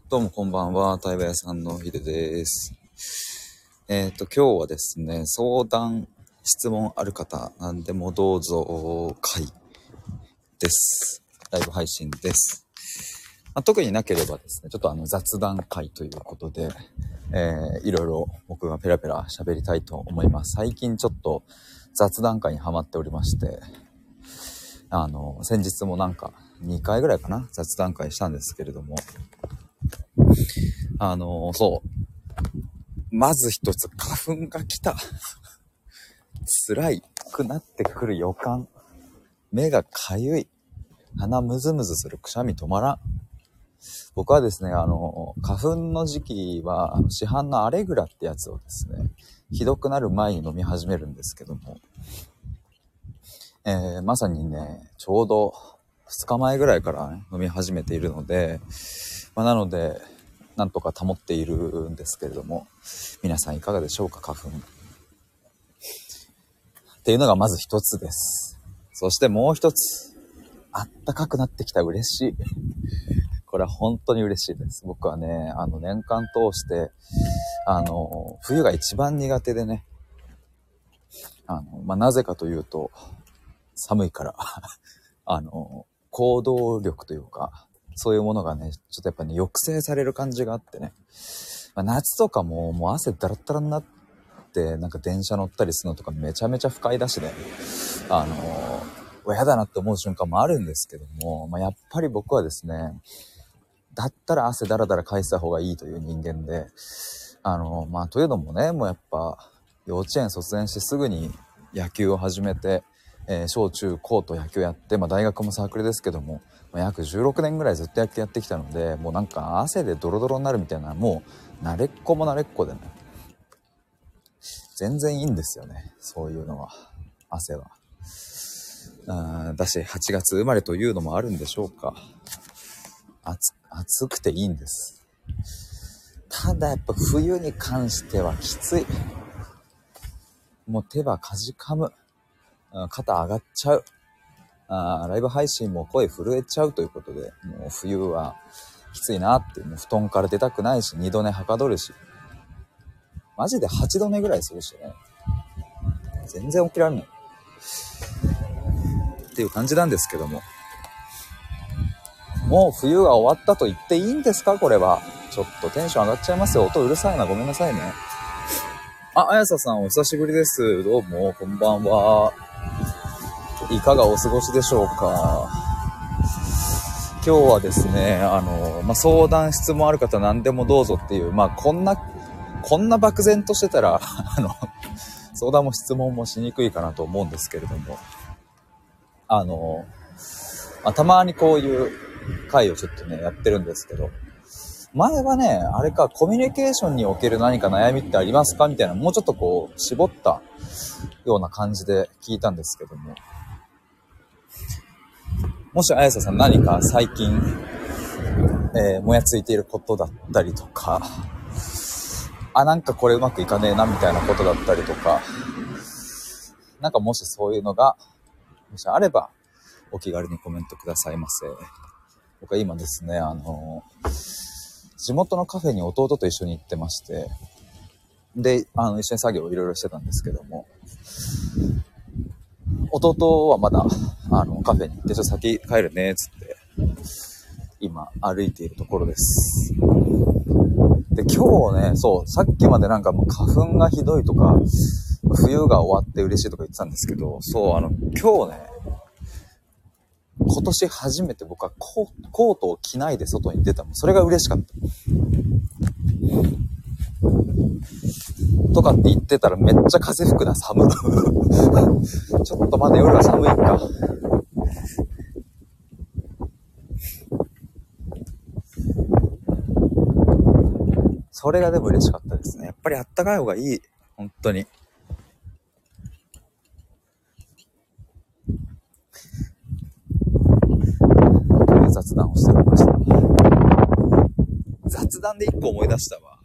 どうもこんばんは、対話屋さんのひでです。今日はですね、相談、質問ある方、何でもどうぞ会です。ライブ配信です。特になければですね、ちょっと雑談会ということで、いろいろ僕がペラペラ喋りたいと思います。最近ちょっと雑談会にハマっておりまして、先日もなんか2回ぐらいかな、雑談会したんですけれども、まず一つ、花粉が来た。辛くなってくる予感。目がかゆい。鼻ムズムズする。くしゃみ止まらん。僕はですね、花粉の時期は、市販のアレグラってやつをですね、ひどくなる前に飲み始めるんですけども、まさにね、ちょうど2日前ぐらいから、ね、飲み始めているので、なので、なんとか保っているんですけれども、皆さんいかがでしょうか、花粉。っていうのがまず一つです。そしてもう一つ、あったかくなってきた。嬉しい。これは本当に嬉しいです。僕はね、年間通して、冬が一番苦手でね、なぜかというと、寒いから、行動力というか、そういうものがね、ちょっとやっぱね、抑制される感じがあってね、夏とかもう汗だらだらになって、なんか電車乗ったりするのとかめちゃめちゃ不快だしね、嫌だなって思う瞬間もあるんですけども、やっぱり僕はですね、だったら汗だらだらかいた方がいいという人間で、というのもね、もうやっぱ幼稚園卒園してすぐに野球を始めて、小中高と野球やって、大学もサークルですけども、約16年ぐらいずっと野球やってきたので、もうなんか汗でドロドロになるみたいな、もう慣れっこも慣れっこでね、全然いいんですよね、そういうのは、汗は。だし、8月生まれというのもあるんでしょうか。暑くていいんです。ただやっぱ冬に関してはきつい。もう手はかじかむ。肩上がっちゃう。ライブ配信も声震えちゃうということで、もう冬はきついなって、もう布団から出たくないし、2度寝はかどるし、マジで8度寝ぐらいするしね。全然起きられない。っていう感じなんですけども。もう冬が終わったと言っていいんですか、これは。ちょっとテンション上がっちゃいますよ。音うるさいな。ごめんなさいね。あやささんお久しぶりです。どうも、こんばんは。いかがお過ごしでしょうか。今日はですね、相談質問ある方何でもどうぞっていう、こんな漠然としてたら、相談も質問もしにくいかなと思うんですけれども、たまにこういう会をちょっとね、やってるんですけど、前はね、あれか、コミュニケーションにおける何か悩みってありますかみたいな、もうちょっとこう、絞ったような感じで聞いたんですけども、もしあやささん何か最近、もやついていることだったりとか、なんかこれうまくいかねえなみたいなことだったりとか、なんかもしそういうのが、もしあれば、お気軽にコメントくださいませ。僕は今ですね、地元のカフェに弟と一緒に行ってまして、で、一緒に作業をいろいろしてたんですけども、弟はまだ、カフェに行って、ちょっと先帰るね、つって、今、歩いているところです。で、今日ね、そう、さっきまでなんかもう花粉がひどいとか、冬が終わって嬉しいとか言ってたんですけど、そう、今日ね、今年初めて僕はコートを着ないで外に出たの。それが嬉しかった。とかって言ってたらめっちゃ風吹くな、寒い。ちょっとまだ夜は寒いか。それがでも嬉しかったですね。やっぱりあったかい方がいい。本当に。という雑談をしておりました。雑談で一個思い出したわ。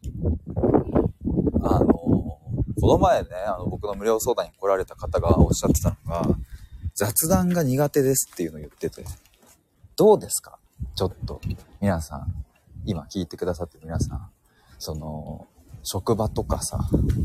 この前ね、僕の無料相談に来られた方がおっしゃってたのが、雑談が苦手ですっていうのを言ってて、どうですか？ちょっと、皆さん。 今聞いてくださってる皆さん、職場とかさ、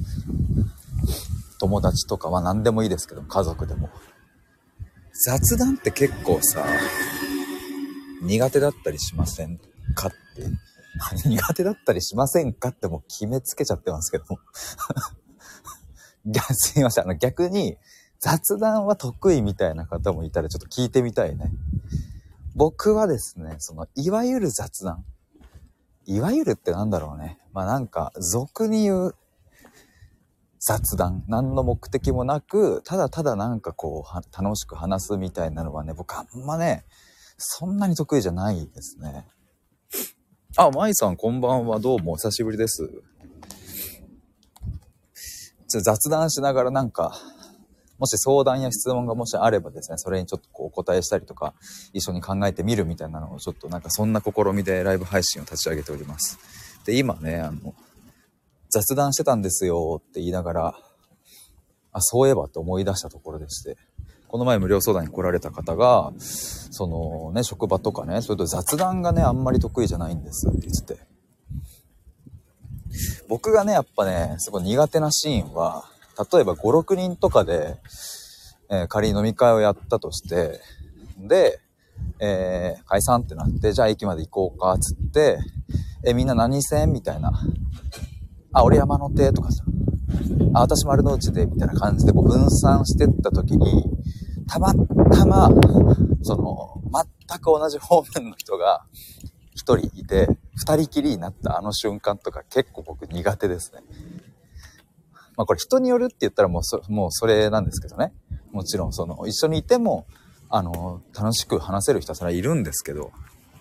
友達とかは何でもいいですけど、家族でも。雑談って結構さ、苦手だったりしませんかって。苦手だったりしませんかってもう決めつけちゃってますけども。すいません。逆に雑談は得意みたいな方もいたらちょっと聞いてみたいね。僕はですね、いわゆる雑談。いわゆるってなんだろうね。まあなんか、俗に言う雑談。何の目的もなく、ただただなんかこう、楽しく話すみたいなのはね、僕あんまね、そんなに得意じゃないですね。あ、舞さんこんばんは。どうもお久しぶりです。雑談しながらなんか、もし相談や質問がもしあればですね、それにちょっとこうお答えしたりとか、一緒に考えてみるみたいなのをちょっとなんかそんな試みでライブ配信を立ち上げております。で、今ね、雑談してたんですよって言いながら、あ、そういえばって思い出したところでして、この前無料相談に来られた方が、職場とかね、それと雑談がね、あんまり得意じゃないんですって言ってて。僕がね、やっぱね、すごい苦手なシーンは、例えば5、6人とかで、仮に飲み会をやったとして、で、解散ってなって、じゃあ駅まで行こうか、つって、みんな何線みたいな。あ、俺山手とかさ。あ、私丸の内で、みたいな感じでこう分散してった時に、たまたま、全く同じ方面の人が一人いて、二人きりになったあの瞬間とか結構僕苦手ですね。まあこれ人によるって言ったらもうそれなんですけどね。もちろん一緒にいても、楽しく話せる人はそれはいるんですけど、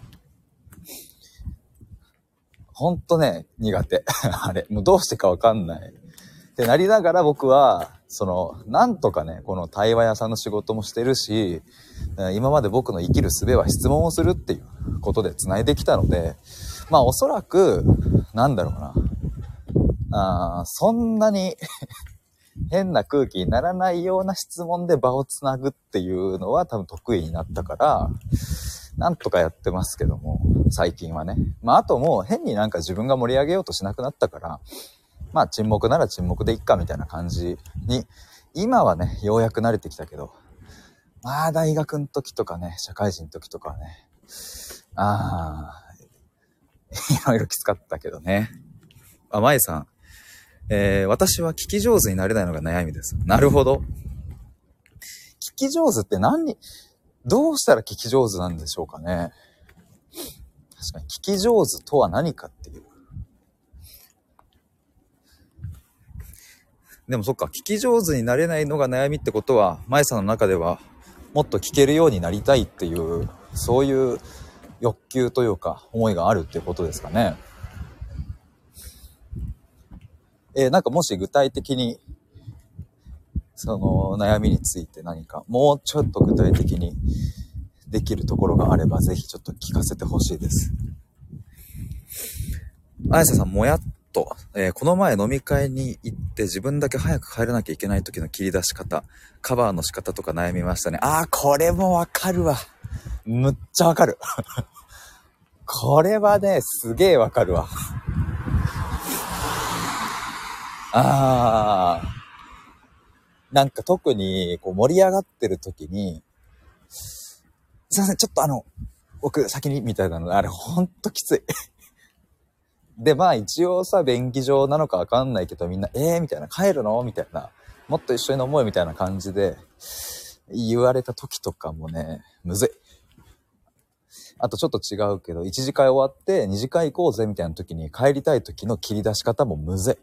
ほんとね、苦手。あれ、もうどうしてかわかんない。ってなりながら僕は、なんとかね、この対話屋さんの仕事もしてるし、今まで僕の生きる術は質問をするっていうことで繋いできたので、まあおそらく、なんだろうな。そんなに変な空気にならないような質問で場をつなぐっていうのは多分得意になったから、なんとかやってますけども、最近はね。まああともう変になんか自分が盛り上げようとしなくなったから、まあ沈黙なら沈黙でいっかみたいな感じに、今はね、ようやく慣れてきたけど、まあ大学の時とかね、社会人の時とかはね、いろいろきつかったけどね。あ、まえさん。私は聞き上手になれないのが悩みです。なるほど。聞き上手ってどうしたら聞き上手なんでしょうかね。確かに聞き上手とは何かっていう。でもそっか、聞き上手になれないのが悩みってことは、まえさんの中ではもっと聞けるようになりたいっていう、そういう欲求というか思いがあるっていうことですかね。なんかもし具体的にその悩みについて何かもうちょっと具体的にできるところがあればぜひちょっと聞かせてほしいです。あやささん、もやっと、この前飲み会に行って自分だけ早く帰らなきゃいけない時の切り出し方、カバーの仕方とか悩みましたね。これもわかるわ。むっちゃわかる。これはね、すげえわかるわ。なんか特にこう盛り上がってる時に、すいません、ちょっと僕先にみたいなの、あれほんときつい。で、まあ一応さ、便宜上なのかわかんないけど、みんな、みたいな、帰るのみたいな、もっと一緒に飲もうよみたいな感じで、言われた時とかもね、むずい。あとちょっと違うけど、1次会終わって2次会行こうぜみたいな時に帰りたい時の切り出し方もむずい。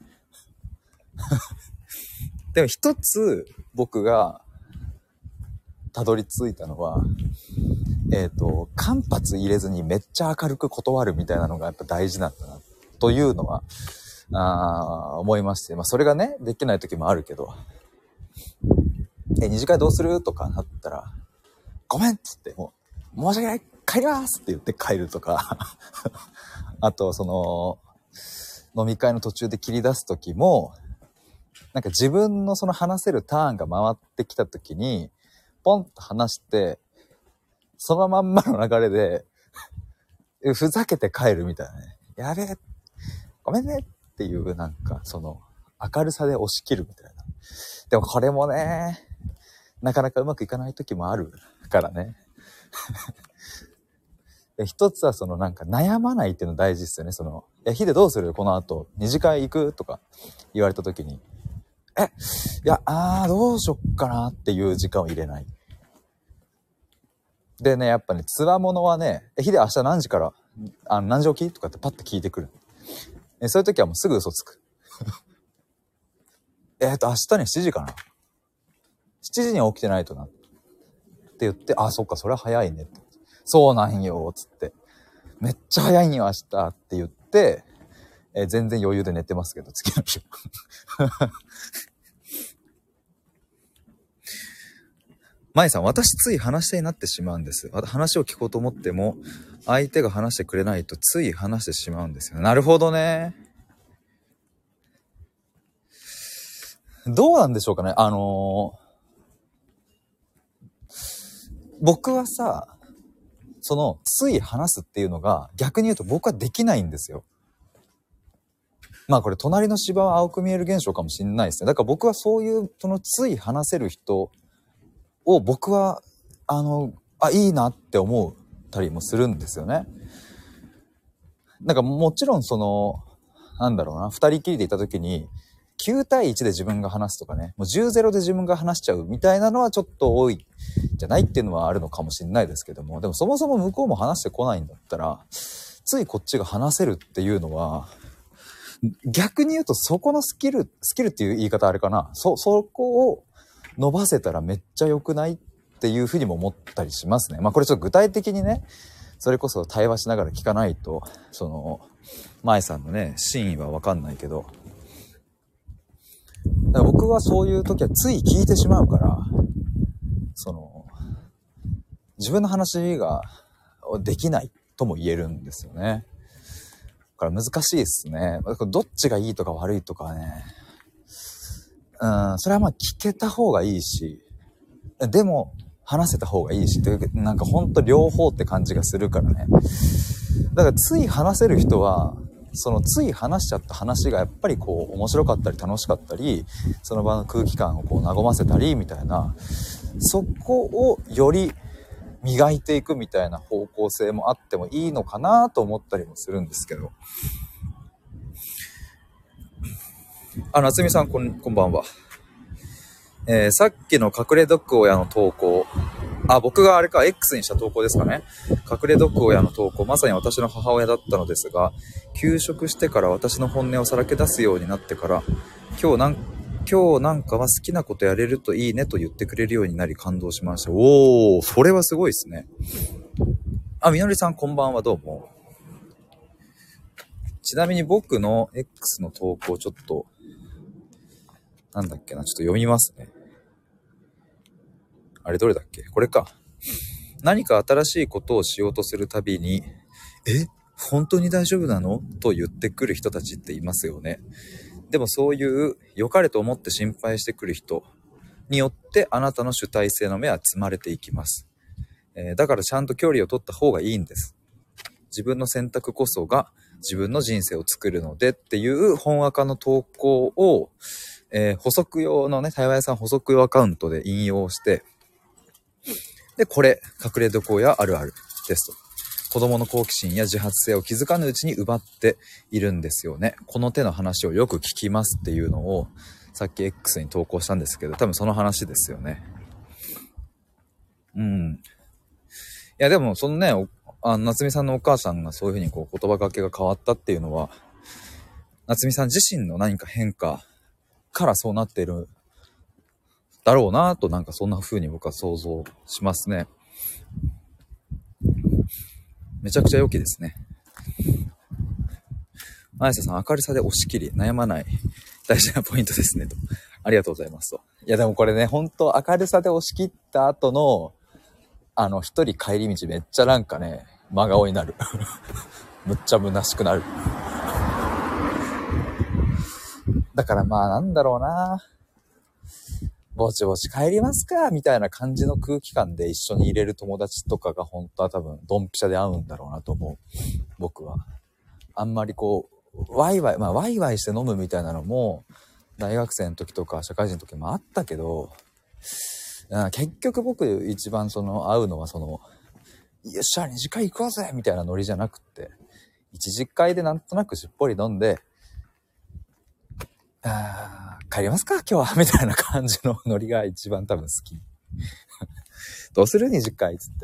でも一つ僕がたどり着いたのは、間髪入れずにめっちゃ明るく断るみたいなのがやっぱ大事なんだな、というのは、思いまして、まあそれがね、できない時もあるけど、二次会どうするとかなったら、ごめんっつって、もう、申し訳ない、帰りますって言って帰るとか、あと飲み会の途中で切り出す時も、なんか自分のその話せるターンが回ってきた時に、ポンと話して、そのまんまの流れで、 ふざけて帰るみたいなね。やべえ、ごめんねっていう、なんか、その、明るさで押し切るみたいな。でもこれもね、なかなかうまくいかない時もあるからね。一つはそのなんか悩まないっていうの大事ですよね。その、ヒデどうするこの後、二次会行くとか言われた時に、いや、どうしよっかなっていう時間を入れない。でね、やっぱね、つわものはね、ヒデ明日何時から、何時起きとかってパッて聞いてくる。そういう時はもうすぐ嘘つく。明日に7時かな。7時には起きてないとな。って言って、そっか、それは早いねって。そうなんよ、つって。めっちゃ早いんよ、明日って言って、全然余裕で寝てますけど、次の日。舞さん、私つい話し手になってしまうんです。話を聞こうと思っても、相手が話してくれないとつい話してしまうんですよ。なるほどね。どうなんでしょうかね。僕はさ、その、つい話すっていうのが、逆に言うと僕はできないんですよ。まあこれ、隣の芝は青く見える現象かもしれないですね。だから僕はそういう、そのつい話せる人を僕は、いいなって思ったりもするんですよね。なんかもちろんその、なんだろうな、二人きりでいた時に、9対1で自分が話すとかね、もう10-0で自分が話しちゃうみたいなのはちょっと多いじゃないっていうのはあるのかもしれないですけども、でもそもそも向こうも話してこないんだったら、ついこっちが話せるっていうのは、逆に言うとそこのスキルっていう言い方あれかな、そこを伸ばせたらめっちゃ良くないっていうふうにも思ったりしますね。まあこれちょっと具体的にね、それこそ対話しながら聞かないと、その、舞さんのね、真意はわかんないけど、だから僕はそういう時はつい聞いてしまうから、その、自分の話ができないとも言えるんですよね。だから難しいですね。どっちがいいとか悪いとかはね、それはまあ聞けた方がいいし、でも話せた方がいいし、なんかほんと両方って感じがするからね。だからつい話せる人は、そのつい話しちゃった話がやっぱりこう面白かったり楽しかったり、その場の空気感をこう和ませたりみたいな、そこをより磨いていくみたいな方向性もあってもいいのかなと思ったりもするんですけど。夏美さんこんばんは。さっきの隠れ毒親の投稿、僕があれか X にした投稿ですかね。隠れ毒親の投稿、まさに私の母親だったのですが、休職してから私の本音をさらけ出すようになってから、今日なんかは好きなことやれるといいねと言ってくれるようになり感動しました。おー、それはすごいですね。みのりさんこんばんは、どうも。ちなみに僕の X の投稿ちょっと、なんだっけな、ちょっと読みますね。あれどれだっけ？これか。何か新しいことをしようとするたびに、本当に大丈夫なの？と言ってくる人たちっていますよね。でもそういう良かれと思って心配してくる人によってあなたの主体性の目は積まれていきます。だからちゃんと距離を取った方がいいんです。自分の選択こそが自分の人生を作るのでっていう本赤の投稿を、補足用のね、対話屋さん補足用アカウントで引用して、で、これ、隠れ毒親あるあるですと。子供の好奇心や自発性を気づかぬうちに奪っているんですよね。この手の話をよく聞きますっていうのを、さっき X に投稿したんですけど、多分その話ですよね。いや、でも、そのね、夏美さんのお母さんがそういうふうにこう言葉かけが変わったっていうのは、夏美さん自身の何か変化からそうなっているだろうなと、なんかそんな風に僕は想像しますね。めちゃくちゃ良きですね。あやささん、明るさで押し切り、悩まない大事なポイントですねと。ありがとうございますと。いやでもこれね、本当明るさで押し切った後の一人帰り道めっちゃなんかね、真顔になる。むっちゃ虚しくなる。だからまあなんだろうな。 ぼちぼち帰りますかみたいな感じの空気感で一緒にいれる友達とかが本当は多分ドンピシャで合うんだろうなと思う。僕は。あんまりこう、ワイワイして飲むみたいなのも、大学生の時とか社会人の時もあったけど、結局僕一番合うのはよっしゃ、二次会行こうぜみたいなノリじゃなくって、一次会でなんとなくしっぽり飲んで、帰りますか今日はみたいな感じのノリが一番多分好き。どうする二次会つって。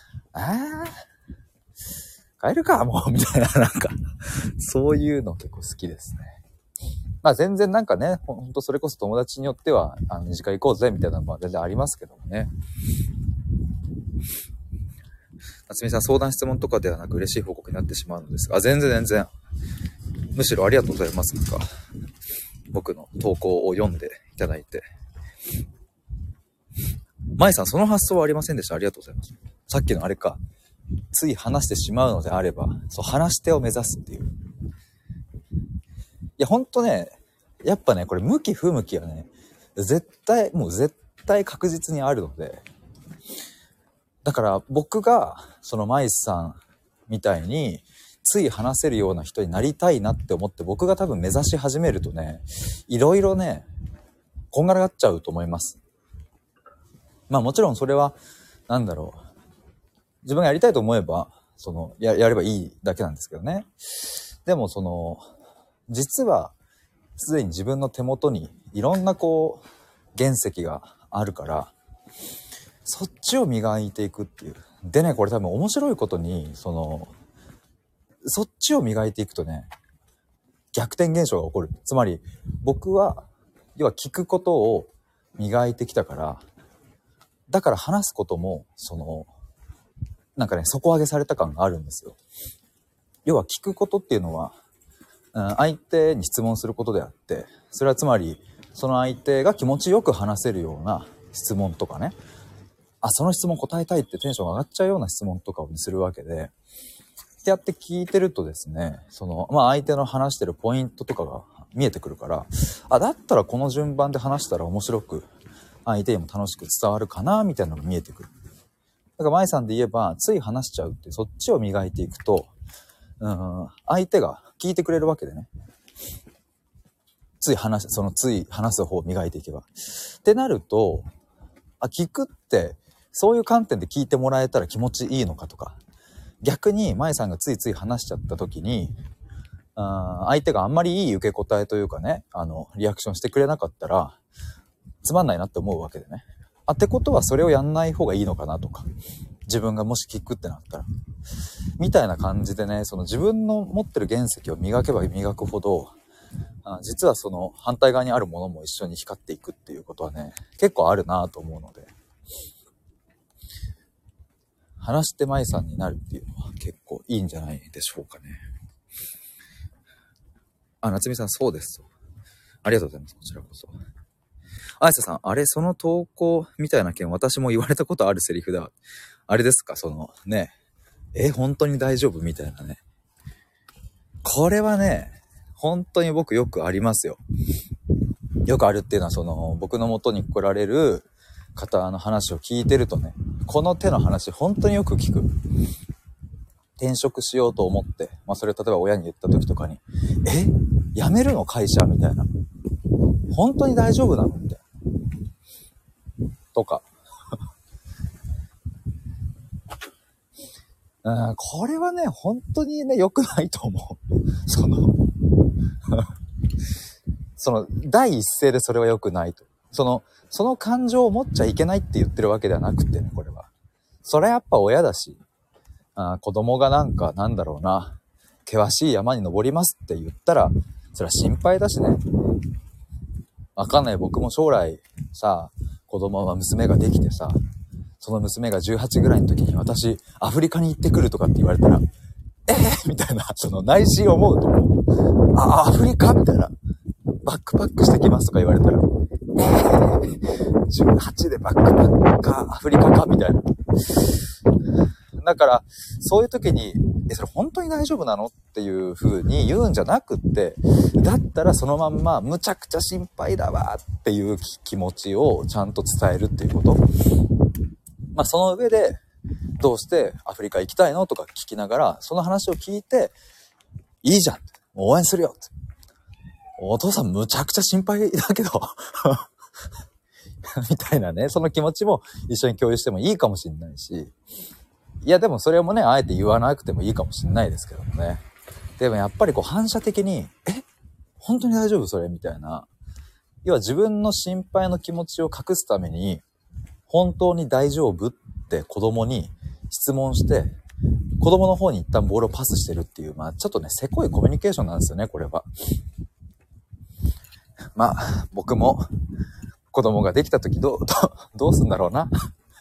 帰るかもうみたいな、なんか、そういうの結構好きですね。まあ全然なんかね、ほんとそれこそ友達によっては、二次会行こうぜみたいなのも全然ありますけどもね。夏美さん、相談質問とかではなく嬉しい報告になってしまうのですが、全然。むしろありがとうございます。なんか僕の投稿を読んでいただいて。舞さん、その発想はありませんでした。ありがとうございます。さっきのあれか。つい話してしまうのであれば、話し手を目指すっていう。いや、ほんとね、やっぱね、これ向き不向きはね、絶対確実にあるので、だから僕が、舞さんみたいに、つい話せるような人になりたいなって思って僕が多分目指し始めるとね、いろいろね、こんがらがっちゃうと思います。まあもちろんそれは、自分がやりたいと思えば、やればいいだけなんですけどね。でも実は、すでに自分の手元にいろんな原石があるから、そっちを磨いていくっていう。でね、これ多分面白いことに、そっちを磨いていくとね、逆転現象が起こる。つまり、僕は、要は聞くことを磨いてきたから、だから話すことも、底上げされた感があるんですよ。要は聞くことっていうのは、相手に質問することであって、それはつまり、その相手が気持ちよく話せるような質問とかね、その質問答えたいってテンションが上がっちゃうような質問とかをするわけで、ってやって聞いてるとですね、相手の話してるポイントとかが見えてくるから、だったらこの順番で話したら面白く、相手にも楽しく伝わるかな、みたいなのが見えてくる。だから舞さんで言えば、つい話しちゃうって、そっちを磨いていくと、相手が聞いてくれるわけでね。つい話す方を磨いていけば。ってなると、聞くって、そういう観点で聞いてもらえたら気持ちいいのかとか、逆に舞さんがついつい話しちゃった時に、相手があんまりいい受け答えというかね、リアクションしてくれなかったら、つまんないなって思うわけでね。ってことはそれをやんない方がいいのかなとか、自分がもし聞くってなったら。みたいな感じでね、自分の持ってる原石を磨けば磨くほど、実は反対側にあるものも一緒に光っていくっていうことはね、結構あるなと思うので、話して舞さんになるっていうのは結構いいんじゃないでしょうかね。夏美さん、そうです。ありがとうございます。こちらこそ。あいささん、その投稿みたいな件、私も言われたことあるセリフだ。あれですか、本当に大丈夫みたいなね。これはね、本当に僕よくありますよ。よくあるっていうのは、僕の元に来られる方の話を聞いてるとね、この手の話本当によく聞く。転職しようと思って、それ例えば親に言った時とかに、辞めるの会社みたいな。本当に大丈夫なのみたいな。とか。これはね、本当にね、良くないと思う。第一声でそれは良くないと。その感情を持っちゃいけないって言ってるわけではなくてね、これは。それはやっぱ親だし、子供が険しい山に登りますって言ったら、それは心配だしね。わかんない。僕も将来さ、子供は娘ができてさ、その娘が18ぐらいの時に私、アフリカに行ってくるとかって言われたら、みたいな、内心思うと思う。アフリカみたいな。バックパックしてきますとか言われたら、18でバックパックか、アフリカかみたいな。だから、そういう時に、 それ本当に大丈夫なのっていう風に言うんじゃなくって、だったらそのまんまむちゃくちゃ心配だわっていう気持ちをちゃんと伝えるっていうこと。まあその上で、どうしてアフリカ行きたいのとか聞きながら、その話を聞いて、いいじゃん、応援するよって。お父さんむちゃくちゃ心配だけどみたいなね、その気持ちも一緒に共有してもいいかもしれないし、いやでもそれもね、あえて言わなくてもいいかもしれないですけどもね。でもやっぱりこう反射的に、本当に大丈夫それみたいな。要は自分の心配の気持ちを隠すために、本当に大丈夫って子供に質問して、子供の方に一旦ボールをパスしてるっていう、まあちょっとね、せこいコミュニケーションなんですよね、これは。まあ僕も子供ができた時どうすんだろうな。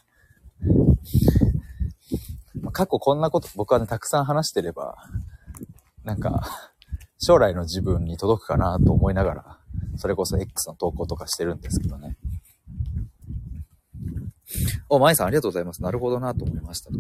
過去こんなこと僕はね、たくさん話してれば、なんか、将来の自分に届くかなと思いながら、それこそ X の投稿とかしてるんですけどね。まいさんありがとうございます。なるほどなと思いました。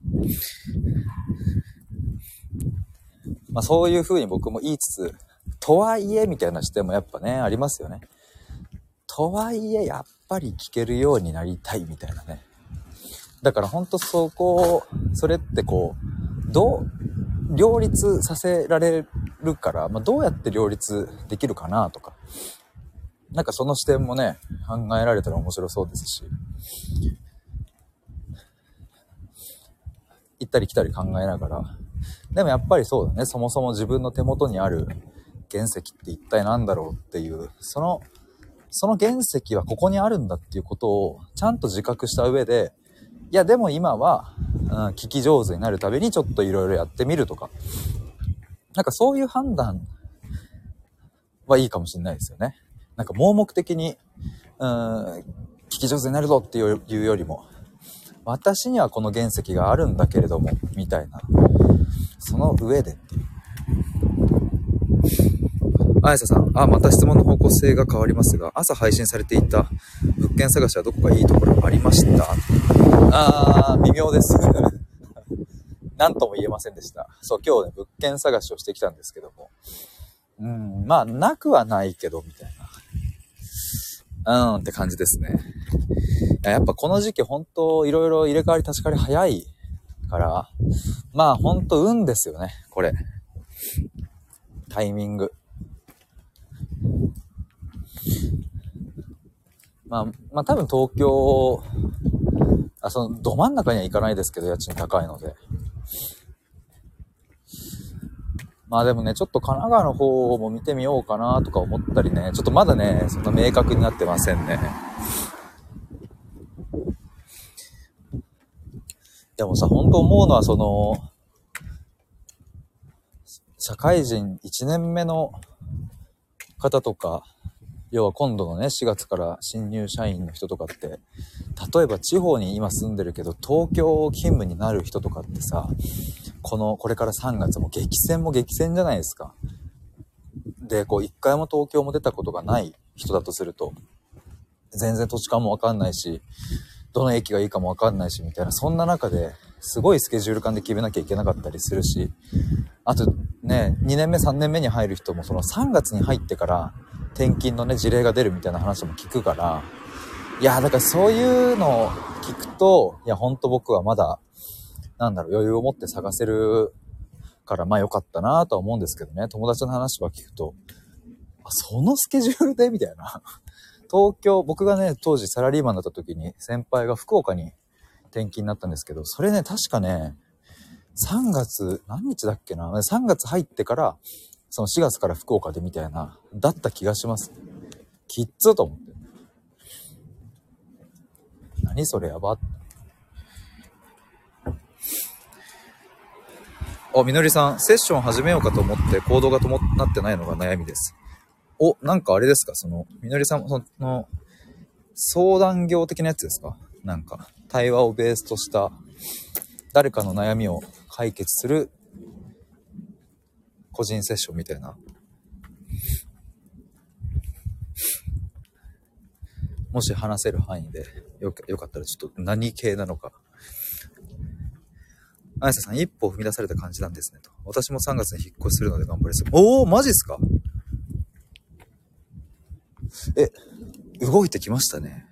まあそういう風に僕も言いつつ、とはいえみたいな視点もやっぱね、ありますよね。とはいえやっぱり聞けるようになりたいみたいなね。だからほんとそれってこう、両立させられるから、まあ、どうやって両立できるかなとか、なんかその視点もね、考えられたら面白そうですし、行ったり来たり考えながら、でもやっぱりそうだね、そもそも自分の手元にある原石って一体何だろうっていう、その原石はここにあるんだっていうことをちゃんと自覚した上で、いやでも今は、聞き上手になるためにちょっといろいろやってみるとか、なんかそういう判断はいいかもしれないですよね。なんか盲目的に聞き上手になるぞっていうよりも、私にはこの原石があるんだけれどもみたいな、その上でっていう。あやささん、また質問の方向性が変わりますが、朝配信されていた物件探しはどこかいいところありました？微妙です何とも言えませんでした。そう、今日ね、物件探しをしてきたんですけども、まあなくはないけどみたいなって感じですね。やっぱこの時期本当いろいろ入れ替わり立ち替わり早いから、まあ本当運ですよね、これ。タイミング。まあ多分東京、そのど真ん中には行かないですけど、家賃高いので。まあでもね、ちょっと神奈川の方も見てみようかなとか思ったりね、ちょっとまだね、そんな明確になってませんね。でもさ、本当思うのは社会人1年目の方とか、要は今度のね、4月から新入社員の人とかって、例えば地方に今住んでるけど、東京勤務になる人とかってさ、これから3月も激戦じゃないですか。で、こう一回も東京も出たことがない人だとすると、全然土地勘もわかんないし、どの駅がいいかもわかんないしみたいな、そんな中ですごいスケジュール感で決めなきゃいけなかったりするし、あとね、2年目3年目に入る人もその3月に入ってから転勤のね事例が出るみたいな話も聞くから、いやだからそういうのを聞くと、いやほんと僕はまだ余裕を持って探せるからまあ良かったなとは思うんですけどね。友達の話は聞くと、そのスケジュールでみたいな。東京、僕がね当時サラリーマンだった時に先輩が福岡に転勤になったんですけど、それね確かね3月何日だっけな、3月入ってからその4月から福岡でみたいなだった気がします。きっつと思って、何それやば。みのりさん、セッション始めようかと思って行動が伴ってないのが悩みです。なんかあれですか、みのりさん、相談業的なやつですか？なんか、対話をベースとした、誰かの悩みを解決する、個人セッションみたいな。もし話せる範囲でよかったらちょっと何系なのか。 あやささん、一歩踏み出された感じなんですねと。私も3月に引っ越しするので頑張ります。おー、マジっすか？動いてきましたね。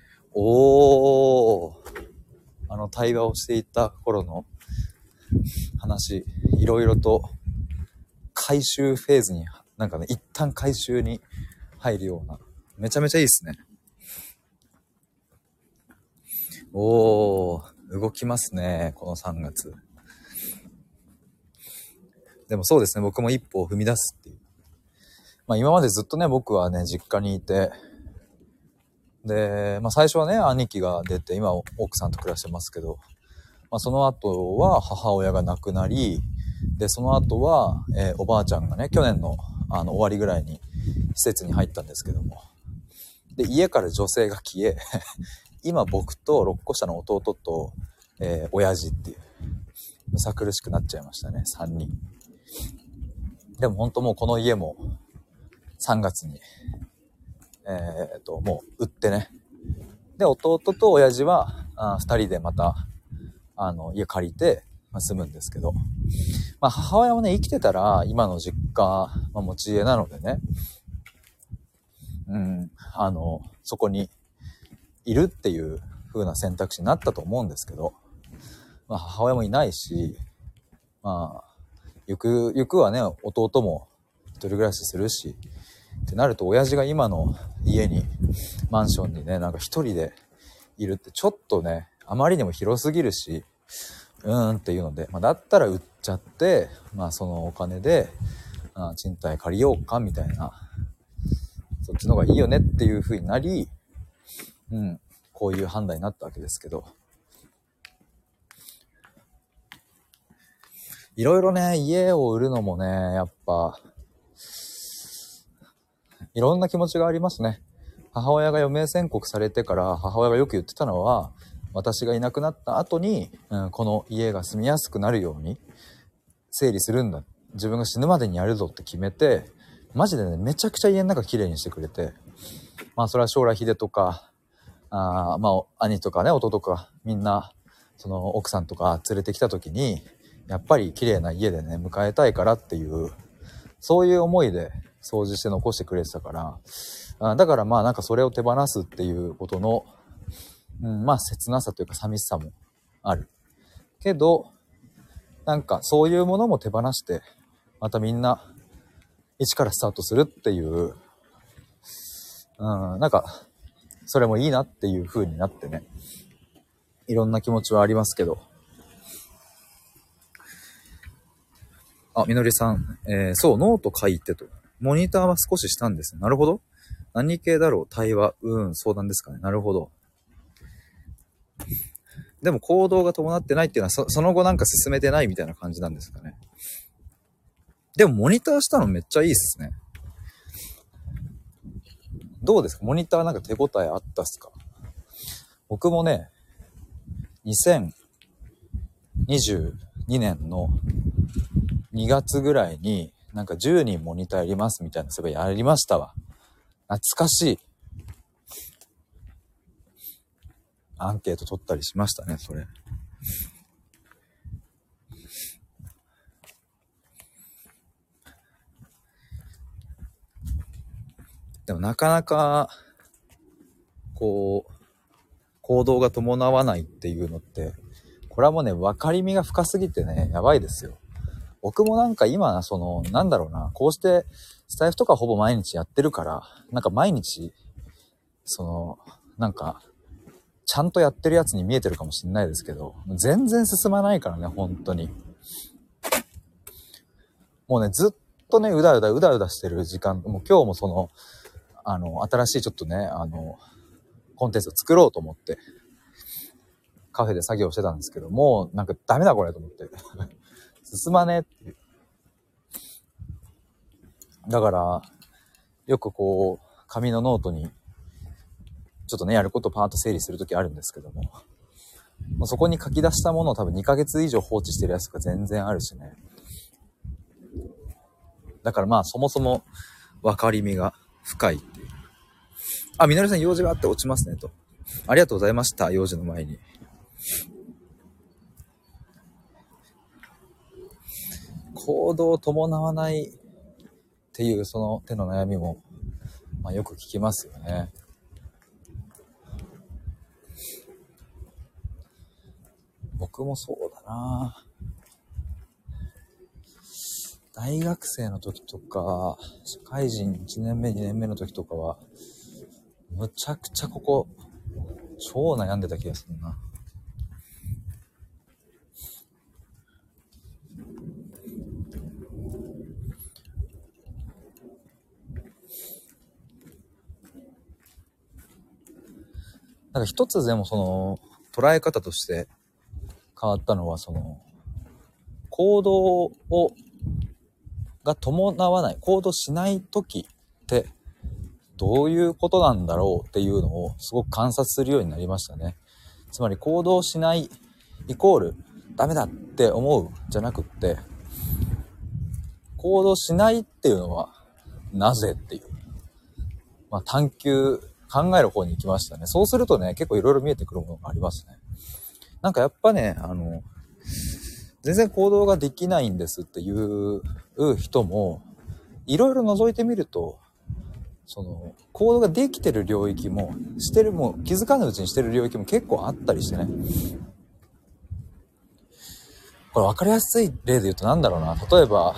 おー。対話をしていた頃の話、いろいろと回収フェーズに、なんかね、一旦回収に入るような、めちゃめちゃいいですね。おー、動きますね、この3月。でもそうですね、僕も一歩を踏み出すっていう。まあ今までずっとね、僕はね、実家にいて、で、まあ最初はね、兄貴が出て、今奥さんと暮らしてますけど、まあその後は母親が亡くなり、で、その後は、おばあちゃんがね、去年の終わりぐらいに施設に入ったんですけども、で、家から女性が消え、今僕と6個下の弟と、親父っていう、むさ苦しくなっちゃいましたね、3人。でも本当もうこの家も3月に、もう売ってね。で、弟と親父は2人でまた、家借りて、住むんですけど、まあ母親もね、生きてたら今の実家、持ち家なのでね、そこにいるっていう風な選択肢になったと思うんですけど、まあ母親もいないし、まあ、ゆくはね、弟も一人暮らしするし、ってなると親父が今の家に、マンションにね、なんか一人でいるってちょっとね、あまりにも広すぎるし、っていうので、だったら売っちゃって、そのお金で、賃貸借りようかみたいな、そっちの方がいいよねっていう風になり、こういう判断になったわけですけど、いろいろね、家を売るのもね、やっぱ、いろんな気持ちがありますね。母親が余命宣告されてから、母親がよく言ってたのは、私がいなくなった後に、この家が住みやすくなるように整理するんだ。自分が死ぬまでにやるぞって決めて、マジでね、めちゃくちゃ家の中きれいにしてくれて、それは将来秀とか、兄とかね、弟とか、みんな、その奥さんとか連れてきた時に、やっぱり綺麗な家でね、迎えたいからっていう、そういう思いで掃除して残してくれてたから、だからなんかそれを手放すっていうことの、切なさというか寂しさもある。けど、なんかそういうものも手放して、またみんな一からスタートするっていう、なんか、それもいいなっていう風になってね、いろんな気持ちはありますけど。みのりさん、そう、ノート書いてと。モニターは少ししたんです。なるほど。何系だろう？対話、相談ですかね。なるほど。でも行動が伴ってないっていうのはその後なんか進めてないみたいな感じなんですかね。でもモニターしたのめっちゃいいっすね。どうですか？モニターなんか手応えあったっすか？僕もね、2022年の2月ぐらいになんか10人モニターやりますみたいなそれやりましたわ。懐かしい。アンケート取ったりしましたね、それ。でもなかなかこう行動が伴わないっていうのって、これはもうね、分かりみが深すぎてね、やばいですよ。僕もなんか今、こうして、スタイフとかほぼ毎日やってるから、なんか毎日、ちゃんとやってるやつに見えてるかもしれないですけど、全然進まないからね、本当に。もうね、ずっとね、うだうだしてる時間、もう今日も新しいちょっとね、コンテンツを作ろうと思って、カフェで作業してたんですけども、なんかダメだこれと思って。進まねえっていう。だから、よくこう、紙のノートに、ちょっとね、やることをパーッと整理するときあるんですけども、もうそこに書き出したものを多分2ヶ月以上放置してるやつが全然あるしね。だからそもそも分かりみが深いっていう。みのりさん用事があって落ちますねと。ありがとうございました、用事の前に。 行動を伴わないっていうその手の悩みも、よく聞きますよね。僕もそうだな。大学生の時とか、社会人1年目、2年目の時とかは、むちゃくちゃここ、超悩んでた気がするな。なんか一つでもその、捉え方として変わったのは、その、行動が伴わない、行動しない時ってどういうことなんだろうっていうのをすごく観察するようになりましたね。つまり行動しないイコールダメだって思うじゃなくって、行動しないっていうのはなぜっていう、探求、考える方に行きましたね。そうするとね、結構いろいろ見えてくるものがありますね。なんかやっぱね、全然行動ができないんですっていう人も、いろいろ覗いてみると、その行動ができてる領域もしてる、もう気づかぬうちにしてる領域も結構あったりしてね。これ分かりやすい例で言うとなんだろうな。例えば、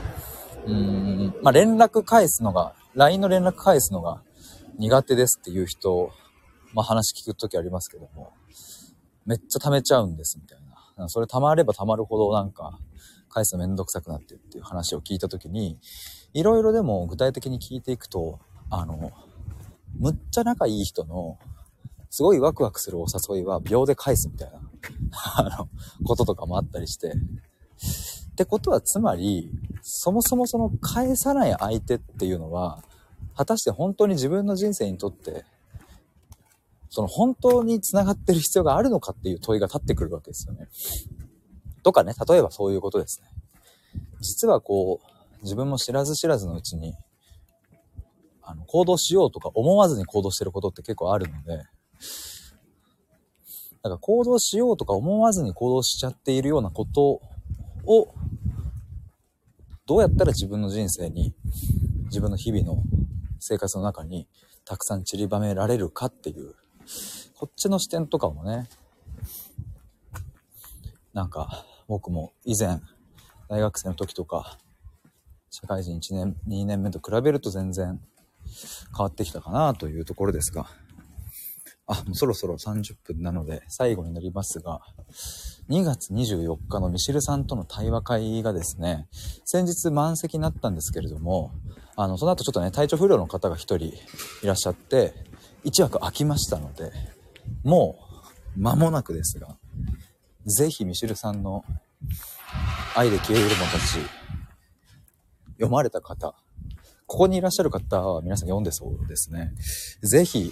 連絡返すのが、LINE の連絡返すのが苦手ですっていう人、話聞くときありますけども、めっちゃ溜めちゃうんですみたいな。それ溜まれば溜まるほどなんか返すのめんどくさくなってっていう話を聞いたときに、いろいろでも具体的に聞いていくと、むっちゃ仲いい人のすごいワクワクするお誘いは秒で返すみたいなこととかもあったりして、ってことはつまりそもそもその返さない相手っていうのは果たして本当に自分の人生にとってその本当に繋がってる必要があるのかっていう問いが立ってくるわけですよね。とかね、例えばそういうことですね。実はこう自分も知らず知らずのうちに行動しようとか思わずに行動してることって結構あるので、だから行動しようとか思わずに行動しちゃっているようなことをどうやったら自分の人生に、自分の日々の生活の中にたくさん散りばめられるかっていうこっちの視点とかもね、なんか僕も以前大学生の時とか社会人1年2年目と比べると全然変わってきたかなというところですが、もうそろそろ30分なので最後になりますが、2月24日のミシルさんとの対話会がですね、先日満席になったんですけれども、その後ちょっとね、体調不良の方が1人いらっしゃって、1枠空きましたので、もう間もなくですが、ぜひミシルさんの愛で消えるものたち、読まれた方、ここにいらっしゃる方は皆さん読んでそうですね。ぜひ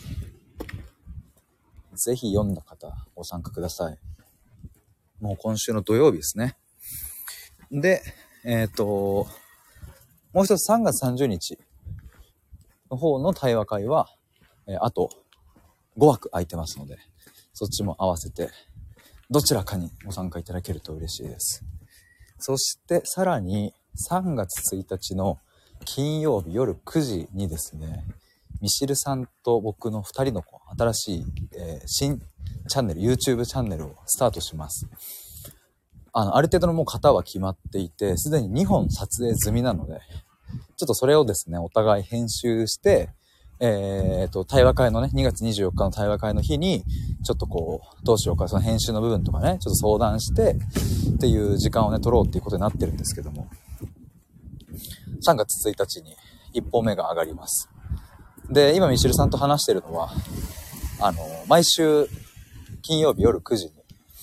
読んだ方ご参加ください。もう今週の土曜日ですね。で、もう一つ3月30日の方の対話会は、あと5枠空いてますので、そっちも合わせてどちらかにご参加いただけると嬉しいです。そしてさらに3月1日の金曜日夜9時にですね、ミシルさんと僕の2人の新しい、新チャンネル、YouTube チャンネルをスタートします。ある程度のもう型は決まっていて、すでに2本撮影済みなので、ちょっとそれをですね、お互い編集して、対話会のね、2月24日の対話会の日に、ちょっとどうしようか、その編集の部分とかね、ちょっと相談して、っていう時間をね、取ろうっていうことになってるんですけども、3月1日に1本目が上がります。で、今ミシルさんと話してるのは、毎週金曜日夜9時に、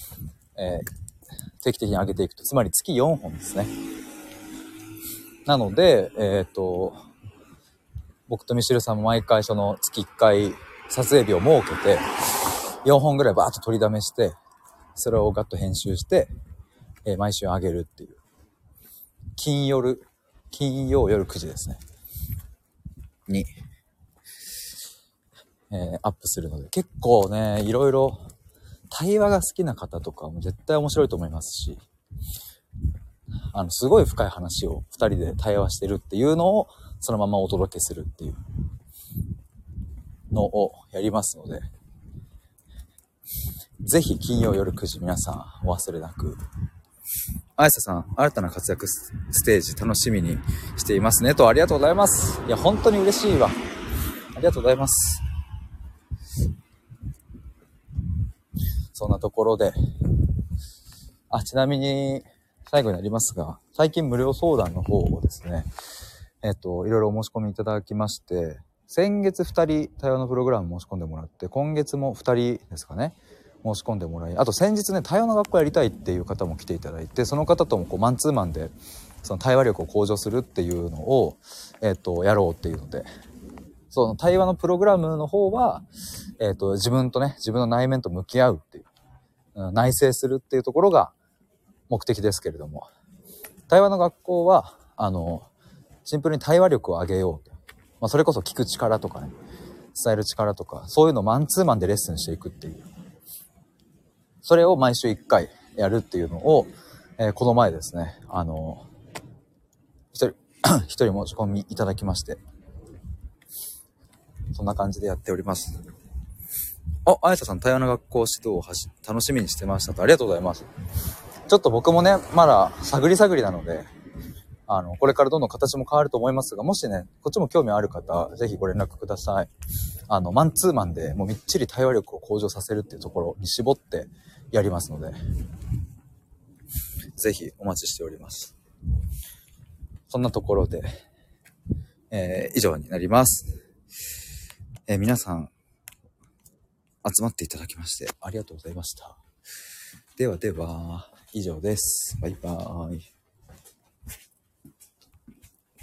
定期的に上げていくと、つまり月4本ですね。なので、僕とミシルさんも毎回その月1回撮影日を設けて、4本ぐらいバーッと取りだめして、それをガッと編集して、毎週上げるっていう。金曜夜9時ですね。に、アップするので、結構ね、いろいろ対話が好きな方とかも絶対面白いと思いますし、 すごい深い話を二人で対話してるっていうのをそのままお届けするっていうのをやりますので、ぜひ金曜夜9時皆さんお忘れなく。あやささん、新たな活躍ステージ楽しみにしていますねと、ありがとうございます。いや、本当に嬉しいわ。ありがとうございます。そんなところで、ちなみに最後になりますが、最近無料相談の方をですね、いろいろお申し込みいただきまして、先月2人対話のプログラム申し込んでもらって、今月も2人ですかね、申し込んでもらい、あと先日ね、対話の学校やりたいっていう方も来ていただいて、その方ともマンツーマンでその対話力を向上するっていうのを、やろうっていうので、その対話のプログラムの方は、自分とね、自分の内面と向き合うっていう、内省するっていうところが目的ですけれども、対話の学校はシンプルに対話力を上げようと、それこそ聞く力とかね、伝える力とか、そういうのをマンツーマンでレッスンしていくっていう、それを毎週1回やるっていうのを、この前ですね、一人申し込みいただきまして、そんな感じでやっております。あやささん、対話の学校指導を楽しみにしてましたと、ありがとうございます。ちょっと僕もね、まだ探り探りなので、これからどんどん形も変わると思いますが、もしね、こっちも興味ある方、ぜひご連絡ください。マンツーマンでもうみっちり対話力を向上させるっていうところに絞ってやりますので、ぜひお待ちしております。そんなところで、以上になります。皆さん、集まっていただきましてありがとうございました。ではでは、以上です。バイバーイ。